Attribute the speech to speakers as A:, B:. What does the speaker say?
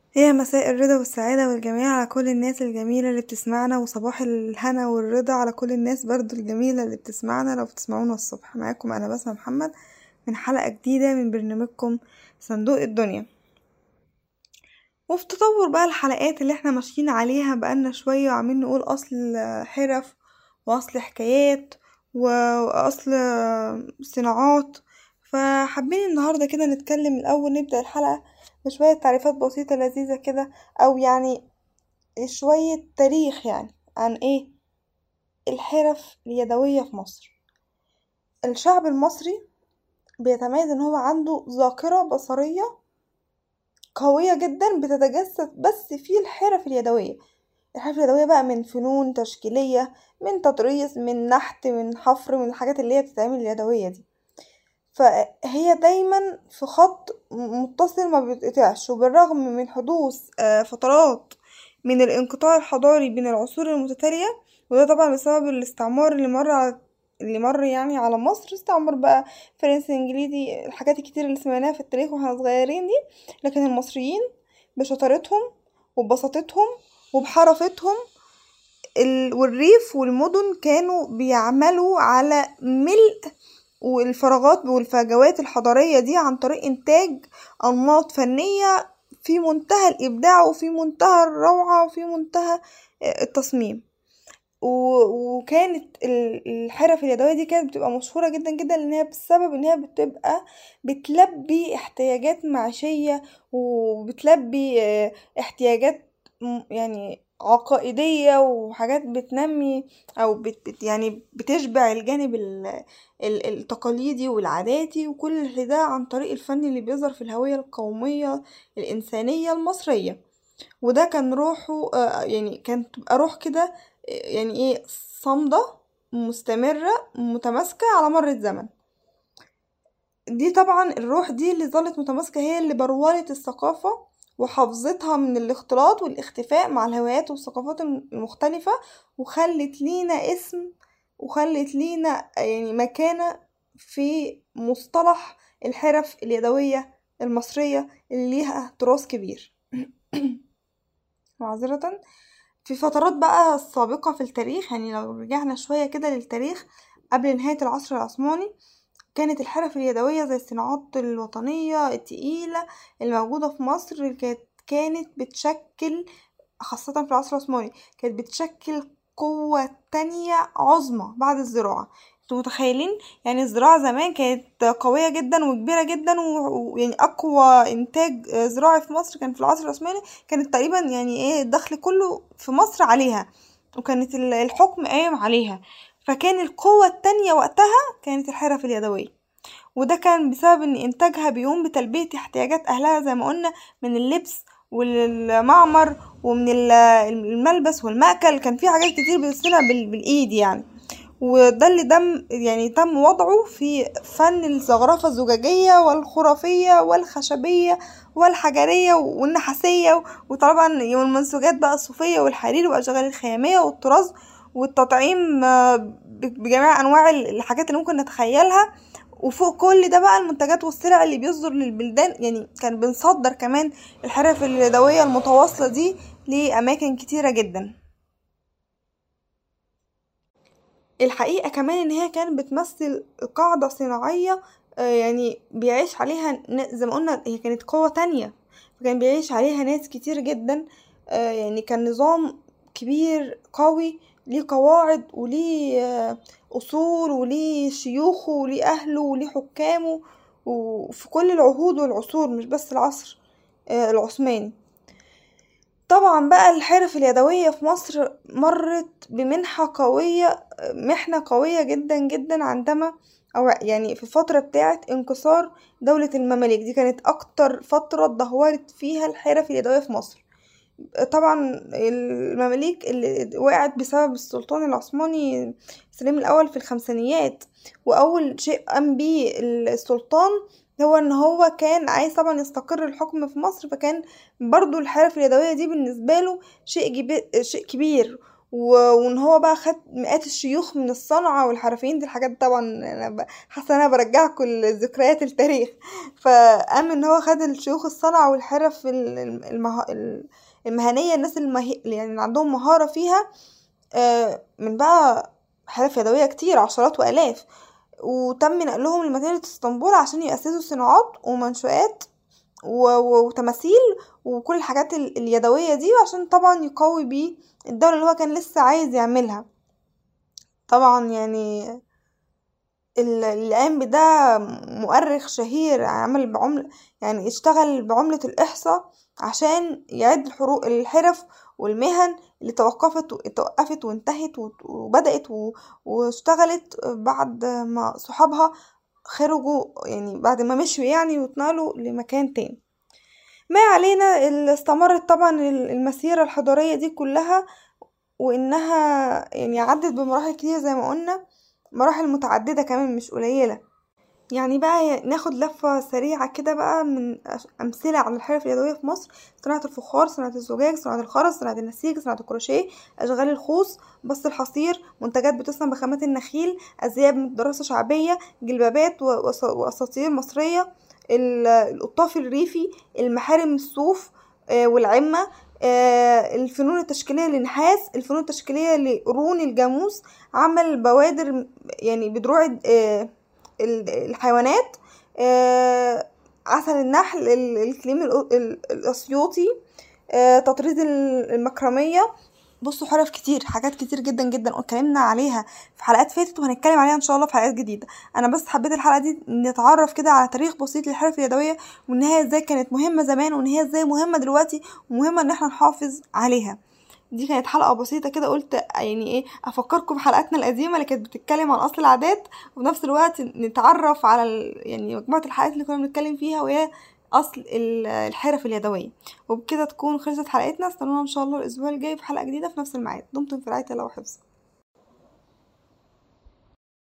A: يا مساء الرضا والسعادة والجميع على كل الناس الجميلة اللي بتسمعنا، وصباح الهنا والرضا على كل الناس برضو الجميلة اللي بتسمعنا لو بتسمعونا الصبح. معاكم أنا بسمة محمد من حلقة جديدة من برنامجكم صندوق الدنيا. وفي تطور بقى الحلقات اللي احنا ماشيين عليها بقالنا شوية، وعاملين نقول أصل حرف وأصل حكايات وأصل صناعات. فحابين النهاردة كده نتكلم الأول، نبدأ الحلقة بشوية تعريفات بسيطة لذيذة كده، أو يعني شوية تاريخ يعني عن ايه الحرف اليدوية في مصر. الشعب المصري بيتميز ان هو عنده ذاكرة بصرية قوية جدا بتتجسد بس في الحرف اليدوية. الحرف اليدوية بقى من فنون تشكيلية، من تطريز، من نحت، من حفر، من الحاجات اللي هي بتتعمل اليدوية دي. فهي دايما في خط متصل ما بيتقطعش، وبالرغم من حدوث فترات من الانقطاع الحضاري بين العصور المتتالية، وده طبعا بسبب الاستعمار اللي مر يعني على مصر، استعمار بقى فرنسي انجليزي، الحاجات الكتير اللي سمعناها في التاريخ واحنا صغيرين دي. لكن المصريين بشطارتهم وببساطتهم وبحرفتهم والريف والمدن كانوا بيعملوا على ملء والفراغات والفجوات الحضارية دي عن طريق إنتاج أنماط فنية في منتهى الإبداع وفي منتهى الروعة وفي منتهى التصميم. وكانت الحرف اليدوية دي كانت بتبقى مشهورة جدا جدا، لأنها بسبب إنها بتبقى بتلبي احتياجات معيشية، وبتلبي احتياجات يعني عقائدية، وحاجات بتنمي أو يعني بتشبع الجانب التقاليدي والعاداتي، وكل ده عن طريق الفن اللي بيظهر في الهوية القومية الإنسانية المصرية. وده كان روحه يعني كانت تبقى روح كده، يعني ايه، صامدة مستمرة متماسكة على مر الزمن. دي طبعا الروح دي اللي ظلت متماسكة هي اللي برولت الثقافة وحافظتها من الاختلاط والاختفاء مع الهوايات والثقافات المختلفة، وخلت لينا اسم، وخلت لينا يعني مكانة في مصطلح الحرف اليدوية المصرية اللي ليها تراث كبير. معذرة. في فترات بقى سابقة في التاريخ، يعني لو رجعنا شوية كده للتاريخ قبل نهاية العصر العثماني، كانت الحرف اليدوية زي الصناعات الوطنية التقيلة الموجودة في مصر كانت بتشكل، خاصة في العصر العثماني، كانت بتشكل قوة تانية عظمى بعد الزراعة. انتوا متخيلين؟ يعني الزراعة زمان كانت قوية جدا وكبيرة جدا، ويعني أقوى إنتاج زراعي في مصر كان في العصر العثماني. كانت تقريبا يعني ايه الدخل كله في مصر عليها، وكانت الحكم قايم عليها. فكان القوة التانية وقتها كانت الحرف اليدوية، وده كان بسبب ان انتاجها بيقوم بتلبية احتياجات اهلها زي ما قلنا، من اللبس والمعمر ومن الملبس والمأكل. كان في حاجات كتير بتصنع بالايد يعني. وده اللي يعني تم وضعه في فن الزخرفة الزجاجية والخرافية والخشبية والحجرية والنحاسية، وطبعا والمنسوجات بقى الصوفية والحرير وأشغال الخيامية والطراز والتطعيم بجميع أنواع الحاجات اللي ممكن نتخيلها. وفوق كل ده بقى المنتجات والسلع اللي بيصدر للبلدان، يعني كان بنصدر كمان الحرف اليدوية المتواصلة دي لأماكن كتيرة جدا. الحقيقة كمان ان هي كانت بتمثل قاعدة صناعية، يعني بيعيش عليها زي ما قلنا هي كانت قوة تانية، فكان بيعيش عليها ناس كتير جدا. يعني كان نظام كبير قوي ليه قواعد وليه أصول وليه شيوخه وليه أهله وليه حكامه، وفي كل العهود والعصور مش بس العصر العثماني. طبعا بقى الحرف اليدوية في مصر مرت بمنحة قوية، محنة قوية جدا جدا عندما، أو يعني في الفترة بتاعة انكسار دولة المماليك. دي كانت أكتر فترة اتدهورت فيها الحرف اليدوية في مصر. طبعا المماليك اللي وقعت بسبب السلطان العثماني سليم الأول في الخمسينيات. وأول شيء قام بيه السلطان هو ان هو كان عايز طبعا يستقر الحكم في مصر، فكان برضو الحرف اليدوية دي بالنسبة له شيء كبير، وان هو بقى خد مئات الشيوخ من الصنعة والحرفيين. دي الحاجات طبعا انا حاسه انا برجعكم لذكريات التاريخ. فقام ان هو خد الشيوخ الصنعة والحرف المهنية، الناس يعني اللي عندهم مهارة فيها، من بقى حرف يدوية كتير عشرات وآلاف، وتم نقلهم لمدينة اسطنبول عشان يأسسوا صناعات ومنشآت وتماثيل وكل الحاجات اليدوية دي، عشان طبعا يقوي بيه الدولة اللي هو كان لسه عايز يعملها. طبعا يعني اللي قام بده مؤرخ شهير، عمل بعملة، يعني اشتغل بعملة الإحصاء عشان يعد الحرف والمهن اللي توقفت وانتهت وبدأت واشتغلت بعد ما صحابها خرجوا، يعني بعد ما مشوا يعني واتنقلوا لمكان تاني. ما علينا، اللي استمرت طبعا المسيرة الحضارية دي كلها، وانها يعني عدت بمراحل كتير زي ما قلنا، مراحل متعددة كمان مش قليلة. يعني بقى ناخد لفة سريعة كده بقى من أمثلة عن الحرف اليدوية في مصر: صناعة الفخار، صناعة الزجاج، صناعة الخرز، صناعة النسيج، صناعة الكروشيه، أشغال الخوص، بص الحصير، منتجات بتصنع بخامات النخيل، أزياء متدرسة شعبية، جلبابات وأساطير مصرية، القطاف الريفي، المحارم الصوف والعمة، الفنون التشكيلية للنحاس، الفنون التشكيلية لقرون الجاموس، عمل بوادر يعني بدروع الحيوانات، عسل النحل، الكليم الأسيوطي، تطريز المكرمية. بصوا حرف كتير، حاجات كتير جدا جدا اتكلمنا عليها في حلقات فاتت، وهنتكلم عليها ان شاء الله في حلقات جديدة. انا بس حبيت الحلقة دي نتعرف كده على تاريخ بسيط للحرف اليدوية، وان هي ازاي كانت مهمة زمان، وان هي ازاي مهمة دلوقتي، ومهمة ان احنا نحافظ عليها. دي كانت حلقة بسيطة كده، قلت يعني ايه افكركم بحلقاتنا القديمة اللي كانت بتتكلم عن اصل العادات، وفي نفس الوقت نتعرف على يعني مجموعة الحلقات اللي كنا بنتكلم فيها، وهي اصل الحرف اليدوية. وبكده تكون خلصت حلقتنا. استنونا ان شاء الله الاسبوع الجاي في حلقة جديدة في نفس الميعاد. دمتم في رعاية الله وحفظه.